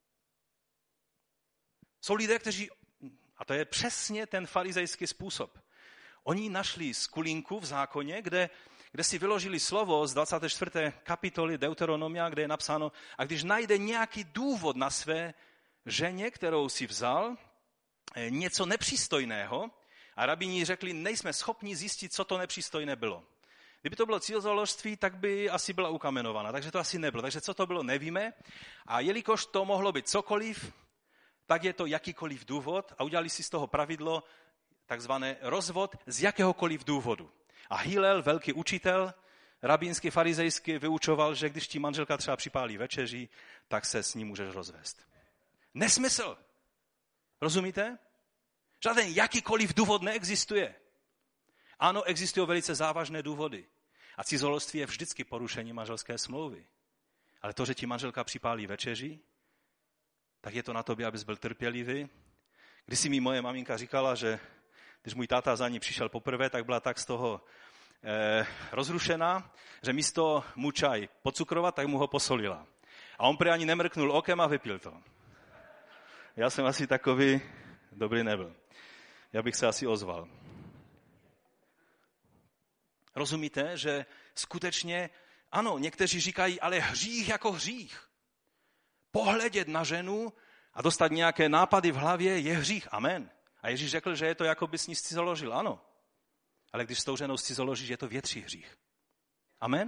Jsou lidé, kteří, a to je přesně ten farizejský způsob, oni našli skulinku v zákoně, kde, kde si vyložili slovo z dvacáté čtvrté kapitoly Deuteronomia, kde je napsáno, a když najde nějaký důvod na své ženě, kterou si vzal, něco nepřístojného, a rabíni řekli, nejsme schopni zjistit, co to nepřístojné bylo. Kdyby to bylo cizoložství, tak by asi byla ukamenovaná, takže to asi nebylo. Takže co to bylo, nevíme. A jelikož to mohlo být cokoliv, tak je to jakýkoliv důvod a udělali si z toho pravidlo takzvané rozvod z jakéhokoliv důvodu. A Hillel, velký učitel, rabínský, farizejský, vyučoval, že když ti manželka třeba připálí večeři, tak se s ní můžeš rozvést. Nesmysl. Rozumíte? Žádný jakýkoliv důvod neexistuje. Ano, existují velice závažné důvody. A cizoloství je vždycky porušení manželské smlouvy. Ale to, že ti manželka připálí večeři, tak je to na tobě, abys byl trpělivý. Když si mi moje maminka říkala, že když můj táta za ní přišel poprvé, tak byla tak z toho eh, rozrušená, že místo mu čaj pocukrovat, tak mu ho posolila. A on prý ani nemrknul okem a vypil to. Já jsem asi takový dobrý nebyl. Já bych se asi ozval. Rozumíte, že skutečně, ano, někteří říkají, ale hřích jako hřích. Pohledět na ženu a dostat nějaké nápady v hlavě je hřích. Amen. A Ježíš řekl, že je to, jako by s ní scizoložil. Ano. Ale když s tou ženou scizoložíš, je to větší hřích. Amen.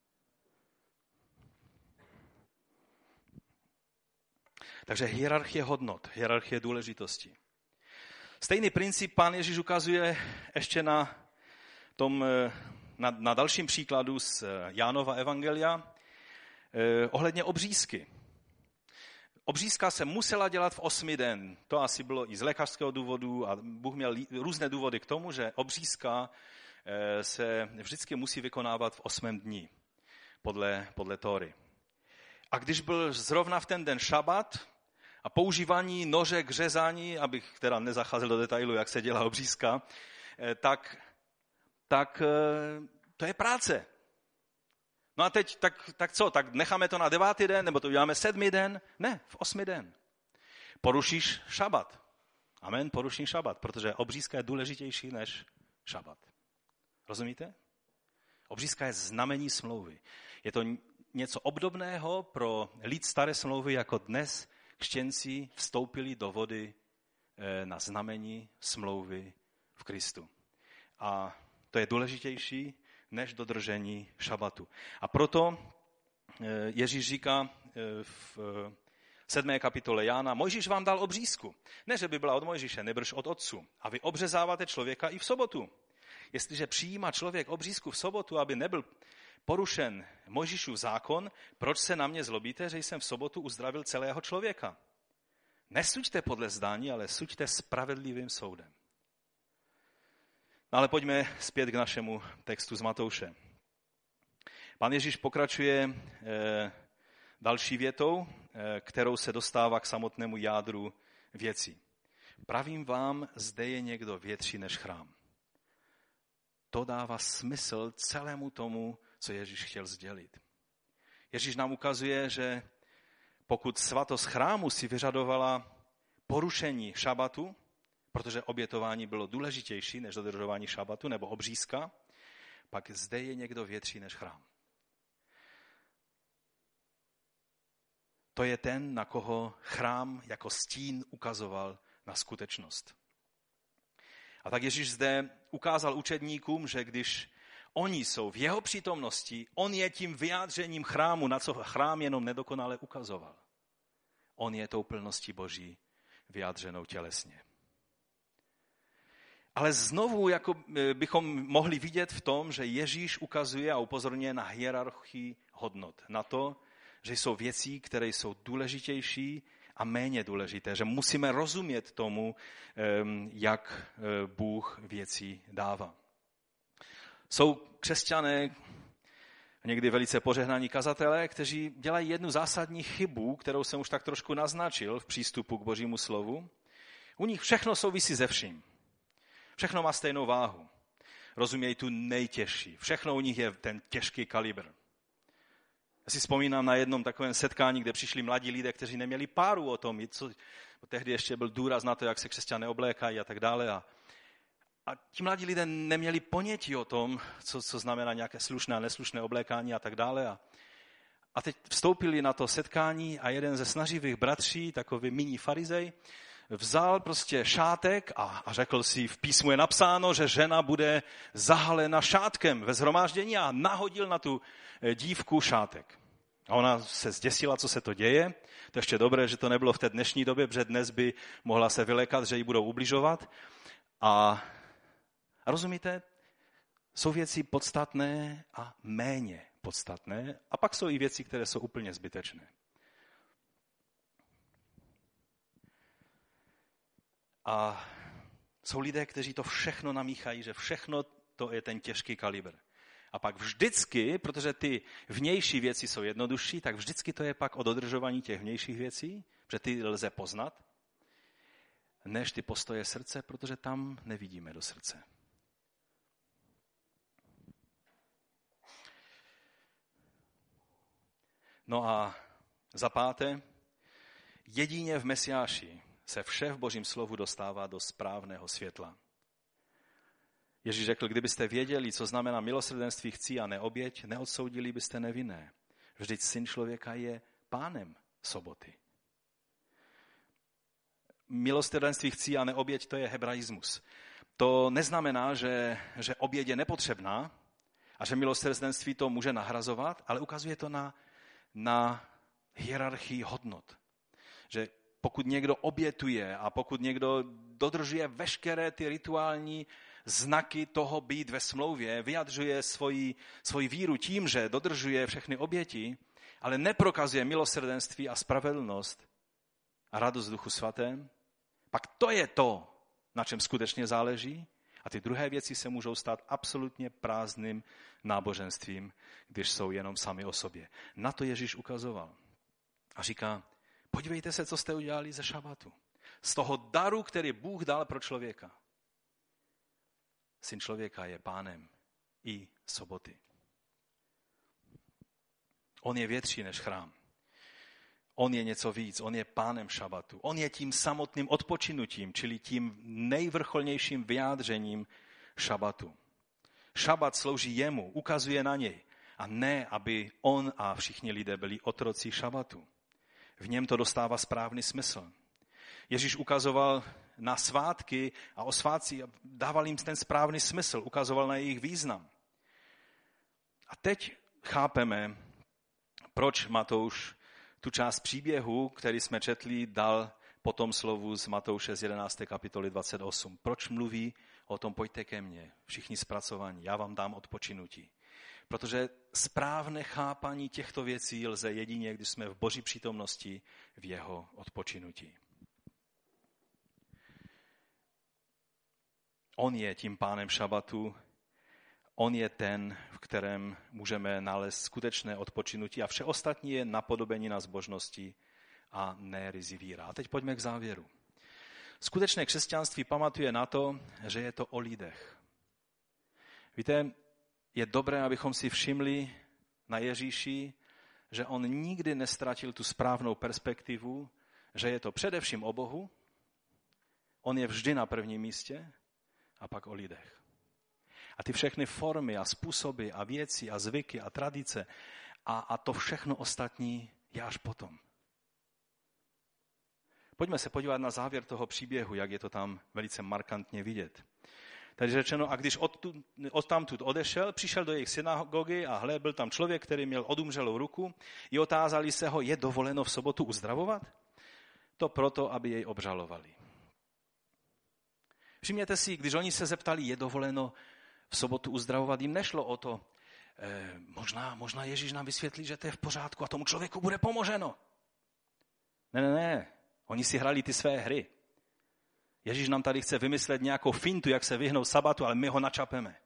Takže hierarchie hodnot, hierarchie důležitosti. Stejný princip Pán Ježíš ukazuje ještě na tom, na, na dalším příkladu z Jánova evangelia eh, ohledně obřízky. Obřízka se musela dělat v osmý den. To asi bylo i z lékařského důvodu a Bůh měl různé důvody k tomu, že obřízka eh, se vždycky musí vykonávat v osmém dni podle, podle Tóry. A když byl zrovna v ten den šabat a používání nože k řezání, abych teda nezacházel do detailu, jak se dělá obřízka, eh, tak tak to je práce. No a teď, tak, tak co, tak necháme to na devátý den, nebo to uděláme sedmý den? Ne, v osmý den. Porušíš šabat. Amen, porušíš šabat, protože obřízka je důležitější než šabat. Rozumíte? Obřízka je znamení smlouvy. Je to něco obdobného pro lid staré smlouvy, jako dnes křesťanci vstoupili do vody na znamení smlouvy v Kristu. A to je důležitější než dodržení šabatu. A proto Ježíš říká v sedmé kapitole Jána, Mojžíš vám dal obřízku. Ne, že by byla od Mojžíše, nebrž od otců. A vy obřezáváte člověka i v sobotu. Jestliže přijímá člověk obřízku v sobotu, aby nebyl porušen Mojžíšův zákon, proč se na mě zlobíte, že jsem v sobotu uzdravil celého člověka? Nesuďte podle zdání, ale suďte spravedlivým soudem. No ale pojďme zpět k našemu textu z Matouše. Pán Ježíš pokračuje eh, další větou, eh, kterou se dostává k samotnému jádru věcí. Pravím vám, zde je někdo větší než chrám. To dává smysl celému tomu, co Ježíš chtěl sdělit. Ježíš nám ukazuje, že pokud svatost chrámu si vyžadovala porušení šabatu, protože obětování bylo důležitější než dodržování šabatu nebo obřízka, pak zde je někdo větší než chrám. To je ten, na koho chrám jako stín ukazoval na skutečnost. A tak Ježíš zde ukázal učedníkům, že když oni jsou v jeho přítomnosti, on je tím vyjádřením chrámu, na co chrám jenom nedokonale ukazoval. On je tou plností Boží vyjádřenou tělesně. Ale znovu jako bychom mohli vidět v tom, že Ježíš ukazuje a upozorňuje na hierarchii hodnot. Na to, že jsou věci, které jsou důležitější a méně důležité. Že musíme rozumět tomu, jak Bůh věci dává. Jsou křesťané, někdy velice požehnaní kazatelé, kteří dělají jednu zásadní chybu, kterou jsem už tak trošku naznačil v přístupu k Božímu slovu. U nich všechno souvisí se vším. Všechno má stejnou váhu. Rozumějí tu nejtěžší. Všechno u nich je ten těžký kalibr. Já si vzpomínám na jednom takovém setkání, kde přišli mladí lidé, kteří neměli páru o tom, co, tehdy ještě byl důraz na to, jak se křesťané oblékají a tak dále. A, a ti mladí lidé neměli ponětí o tom, co, co znamená nějaké slušné a neslušné oblékání a tak dále. A, a teď vstoupili na to setkání a jeden ze snaživých bratří, takový mini farizej, vzal prostě šátek a, a řekl si, v písmu je napsáno, že žena bude zahalena šátkem ve shromáždění a nahodil na tu dívku šátek. A ona se zděsila, co se to děje. To ještě dobré, že to nebylo v té dnešní době, protože dnes by mohla se vylékat, že jí budou ubližovat. A, a rozumíte, jsou věci podstatné a méně podstatné a pak jsou i věci, které jsou úplně zbytečné. A jsou lidé, kteří to všechno namíchají, že všechno to je ten těžký kalibr. A pak vždycky, protože ty vnější věci jsou jednodušší, tak vždycky to je pak o dodržování těch vnějších věcí, protože ty lze poznat, než ty postoje srdce, protože tam nevidíme do srdce. No a za páté, jedině v Mesiáši se vše v Božím slovu dostává do správného světla. Ježíš řekl, kdybyste věděli, co znamená milosrdenství chci a ne oběť, neodsoudili byste nevinné. Vždyť syn člověka je pánem soboty. Milosrdenství chci a ne oběť, to je hebraismus. To neznamená, že, že oběť je nepotřebná a že milosrdenství to může nahrazovat, ale ukazuje to na, na hierarchii hodnot. Že pokud někdo obětuje a pokud někdo dodržuje veškeré ty rituální znaky toho být ve smlouvě, vyjadřuje svoji, svoji víru tím, že dodržuje všechny oběti, ale neprokazuje milosrdenství a spravedlnost a radost Duchu Svatém, pak to je to, na čem skutečně záleží. A ty druhé věci se můžou stát absolutně prázdným náboženstvím, když jsou jenom sami o sobě. Na to Ježíš ukazoval. A říká, podívejte se, co jste udělali ze šabatu. Z toho daru, který Bůh dal pro člověka. Syn člověka je pánem i soboty. On je větší než chrám. On je něco víc, on je pánem šabatu. On je tím samotným odpočinutím, čili tím nejvrcholnějším vyjádřením šabatu. Šabat slouží jemu, ukazuje na něj. A ne, aby on a všichni lidé byli otroci šabatu. V něm to dostává správný smysl. Ježíš ukazoval na svátky a o svátcích dával jim ten správný smysl, ukazoval na jejich význam. A teď chápeme, proč Matouš tu část příběhu, který jsme četli, dal po tom slovu z Matouše z jedenácté kapitoly dvacet osm. Proč mluví o tom, pojďte ke mně, všichni zpracovaní, já vám dám odpočinutí. Protože správné chápání těchto věcí lze jedině, když jsme v Boží přítomnosti v jeho odpočinutí. On je tím pánem šabatu, on je ten, v kterém můžeme nalézt skutečné odpočinutí a vše ostatní je napodobenina zbožnosti a ne ryzí víra. A teď pojďme k závěru. Skutečné křesťanství pamatuje na to, že je to o lidech. Víte, je dobré, abychom si všimli na Ježíši, že on nikdy nestratil tu správnou perspektivu, že je to především o Bohu, on je vždy na prvním místě a pak o lidech. A ty všechny formy a způsoby a věci a zvyky a tradice a, a to všechno ostatní je až potom. Pojďme se podívat na závěr toho příběhu, jak je to tam velice markantně vidět. Tady řečeno, a když odtud, odtamtud odešel, přišel do jejich synagogy a hle, byl tam člověk, který měl odumřelou ruku, i otázali se ho, je dovoleno v sobotu uzdravovat? To proto, aby jej obžalovali. Všimněte si, když oni se zeptali, je dovoleno v sobotu uzdravovat, jim nešlo o to, eh, možná, možná Ježíš nám vysvětlí, že to je v pořádku a tomu člověku bude pomoženo. Ne, ne, ne, oni si hrali ty své hry. Ježíš nám tady chce vymyslet nějakou fintu, jak se vyhnout sabatu, ale my ho načapeme.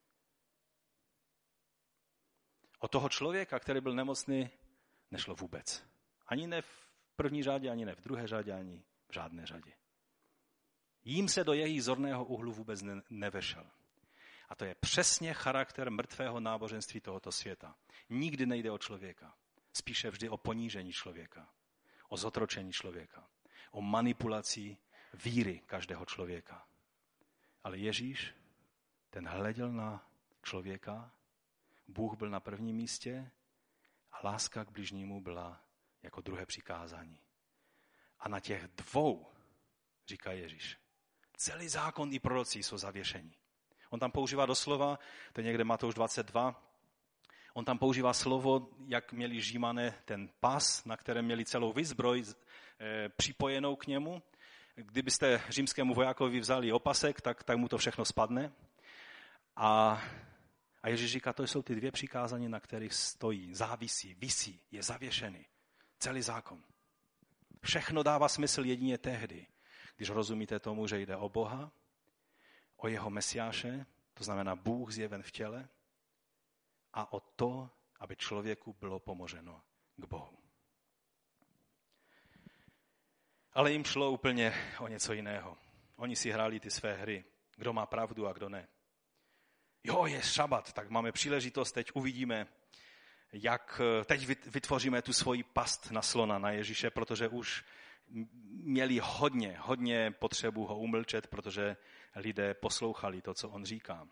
O toho člověka, který byl nemocný, nešlo vůbec. Ani ne v první řadě, ani ne v druhé řadě, ani v žádné řadě. Jím se do jejich zorného úhlu vůbec ne- nevešel. A to je přesně charakter mrtvého náboženství tohoto světa. Nikdy nejde o člověka. Spíše vždy o ponížení člověka. O zotročení člověka. O manipulaci víry každého člověka. Ale Ježíš, ten hleděl na člověka, Bůh byl na prvním místě a láska k bližnímu byla jako druhé přikázání. A na těch dvou, říká Ježíš, celý zákon i proroci jsou zavěšeni. On tam používá doslova, to je někde Matouš dvacet dva, on tam používá slovo, jak měli Římané ten pas, na kterém měli celou výzbroj e, připojenou k němu. Kdybyste římskému vojákovi vzali opasek, tak, tak mu to všechno spadne. A, a Ježíš říká, to jsou ty dvě přikázání, na kterých stojí, závisí, visí, je zavěšený. Celý zákon. Všechno dává smysl jedině tehdy, když rozumíte tomu, že jde o Boha, o jeho Mesiáše, to znamená Bůh zjeven v těle, a o to, aby člověku bylo pomoženo k Bohu. Ale jim šlo úplně o něco jiného. Oni si hráli ty své hry. Kdo má pravdu a kdo ne. Jo, je šabat, tak máme příležitost, teď uvidíme, jak teď vytvoříme tu svoji past na slona, na Ježíše, protože už měli hodně, hodně potřebu ho umlčet, protože lidé poslouchali to, co on říká.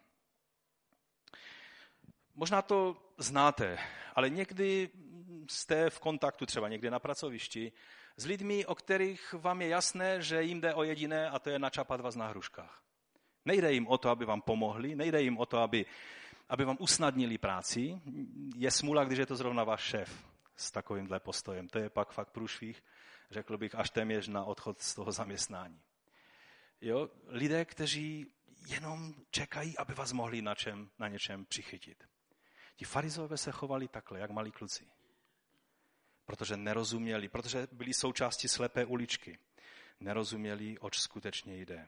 Možná to znáte, ale někdy jste v kontaktu, třeba někde na pracovišti, s lidmi, o kterých vám je jasné, že jim jde o jediné, a to je načapat vás na hruškách. Nejde jim o to, aby vám pomohli, nejde jim o to, aby, aby vám usnadnili práci. Je smůla, když je to zrovna váš šéf s takovýmhle postojem. To je pak fakt průšvih, řekl bych, až téměř na odchod z toho zaměstnání. Jo? Lidé, kteří jenom čekají, aby vás mohli na, čem, na něčem přichytit. Ti farizové se chovali takhle, jak malí kluci. Protože nerozuměli, protože byli součástí slepé uličky. Nerozuměli, oč skutečně jde.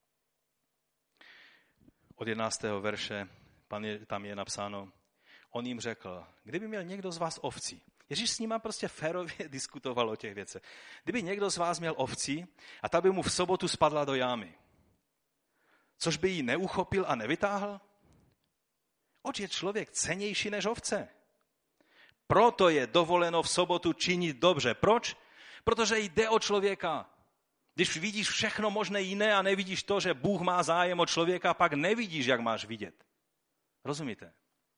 Od jedenáctého verše tam je napsáno, on jim řekl, kdyby měl někdo z vás ovcí, Ježíš s nima prostě férově diskutoval o těch věcech. Kdyby někdo z vás měl ovcí a ta by mu v sobotu spadla do jámy, což by ji neuchopil a nevytáhl? Oč je člověk cennější než ovce? Proto je dovoleno v sobotu činit dobře. Proč? Protože jde o člověka. Když vidíš všechno možné jiné a nevidíš to, že Bůh má zájem o člověka, pak nevidíš, jak máš vidět. Rozumíte?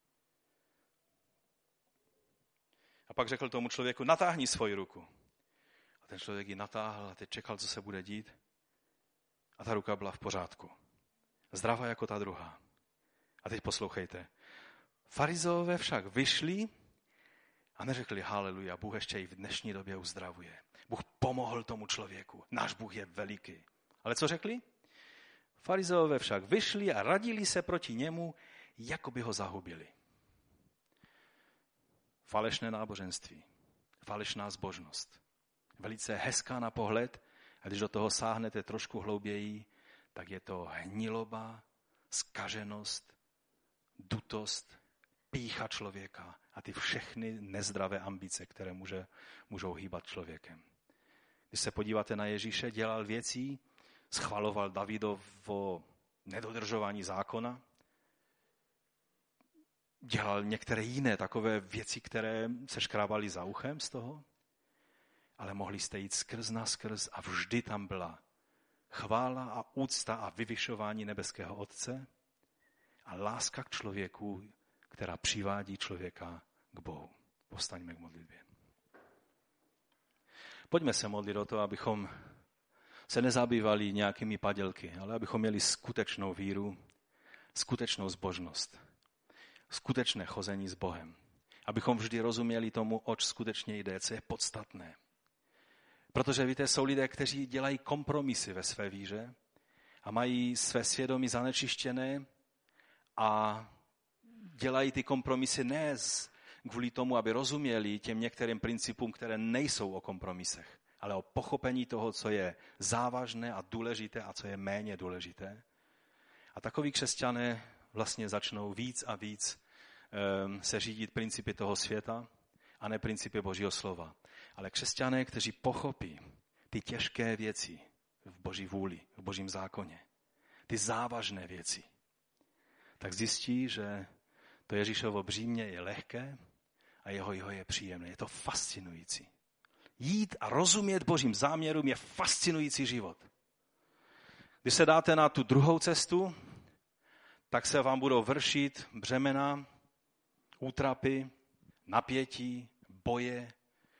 A pak řekl tomu člověku, natáhni svoji ruku. A ten člověk ji natáhl a teď čekal, co se bude dít. A ta ruka byla v pořádku. Zdravá jako ta druhá. A teď poslouchejte. Farizové však vyšli a neřekli haleluja, Bůh ještě i v dnešní době uzdravuje. Bůh pomohl tomu člověku. Náš Bůh je veliký. Ale co řekli? Farizové však vyšli a radili se proti němu, jako by ho zahubili. Falešné náboženství, falešná zbožnost. Velice hezká na pohled, a když do toho sáhnete trošku hlouběji, tak je to hniloba, zkaženost, dutost, pýcha člověka a ty všechny nezdravé ambice, které může, můžou hýbat člověkem. Když se podíváte na Ježíše, dělal věcí, schvaloval Davidovo nedodržování zákona, dělal některé jiné takové věci, které se škrábaly za uchem z toho, ale mohli jste jít skrz na skrz a vždy tam byla chvála a úcta a vyvyšování nebeského Otce a láska k člověku, která přivádí člověka k Bohu. Povstaňme k modlitbě. Pojďme se modlit o to, abychom se nezabývali nějakými padělky, ale abychom měli skutečnou víru, skutečnou zbožnost, skutečné chození s Bohem. Abychom vždy rozuměli tomu, oč skutečně jde, co je podstatné. Protože víte, jsou lidé, kteří dělají kompromisy ve své víře a mají své svědomí zanečištěné a dělají ty kompromisy ne kvůli tomu, aby rozuměli těm některým principům, které nejsou o kompromisech, ale o pochopení toho, co je závažné a důležité a co je méně důležité. A takoví křesťané vlastně začnou víc a víc um, se řídit principy toho světa a ne principy Božího slova. Ale křesťané, kteří pochopí ty těžké věci v Boží vůli, v Božím zákoně, ty závažné věci, tak zjistí, že to Ježíšovo břímě je lehké a jeho jeho je příjemné. Je to fascinující. Jít a rozumět Božím záměrům je fascinující život. Když se dáte na tu druhou cestu, tak se vám budou vršit břemena, útrapy, napětí, boje,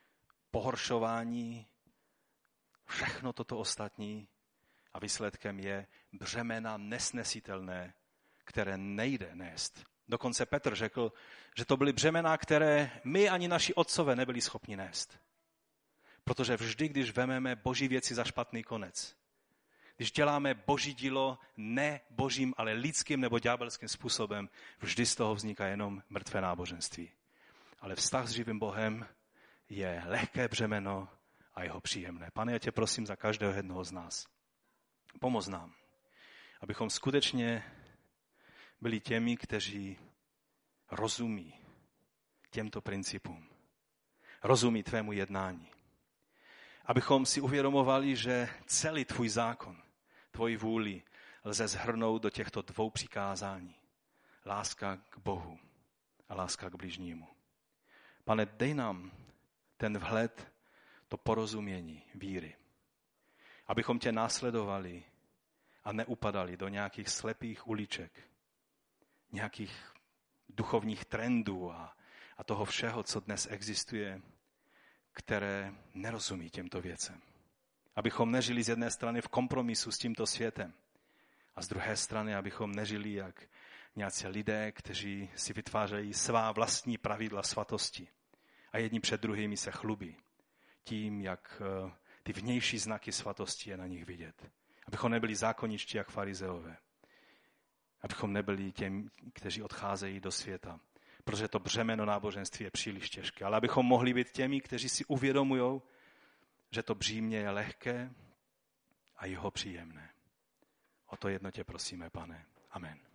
pohoršování, všechno toto ostatní a výsledkem je břemena nesnesitelné, které nejde nést. Dokonce Petr řekl, že to byly břemena, které my ani naši otcové nebyli schopni nést. Protože vždy, když vememe Boží věci za špatný konec, když děláme Boží dílo ne božím, ale lidským nebo ďábelským způsobem, vždy z toho vzniká jenom mrtvé náboženství. Ale vztah s živým Bohem je lehké břemeno a jeho příjemné. Pane, já tě prosím za každého jednoho z nás. Pomoz nám, abychom skutečně byli těmi, kteří rozumí těmto principům. Rozumí tvému jednání. Abychom si uvědomovali, že celý tvůj zákon, tvoji vůli lze shrnout do těchto dvou přikázání. Láska k Bohu a láska k bližnímu. Pane, dej nám ten vhled, to porozumění víry. Abychom tě následovali a neupadali do nějakých slepých uliček, nějakých duchovních trendů a, a toho všeho, co dnes existuje, které nerozumí těmto věcem. Abychom nežili z jedné strany v kompromisu s tímto světem a z druhé strany, abychom nežili jak nějací lidé, kteří si vytvářejí svá vlastní pravidla svatosti a jedni před druhými se chlubí tím, jak ty vnější znaky svatosti je na nich vidět. Abychom nebyli zákoničtí jak farizeové. Abychom nebyli těmi, kteří odcházejí do světa, protože to břemeno náboženství je příliš těžké. Ale abychom mohli být těmi, kteří si uvědomují, že to břímě je lehké a jeho příjemné. O to jedno tě prosíme, Pane. Amen.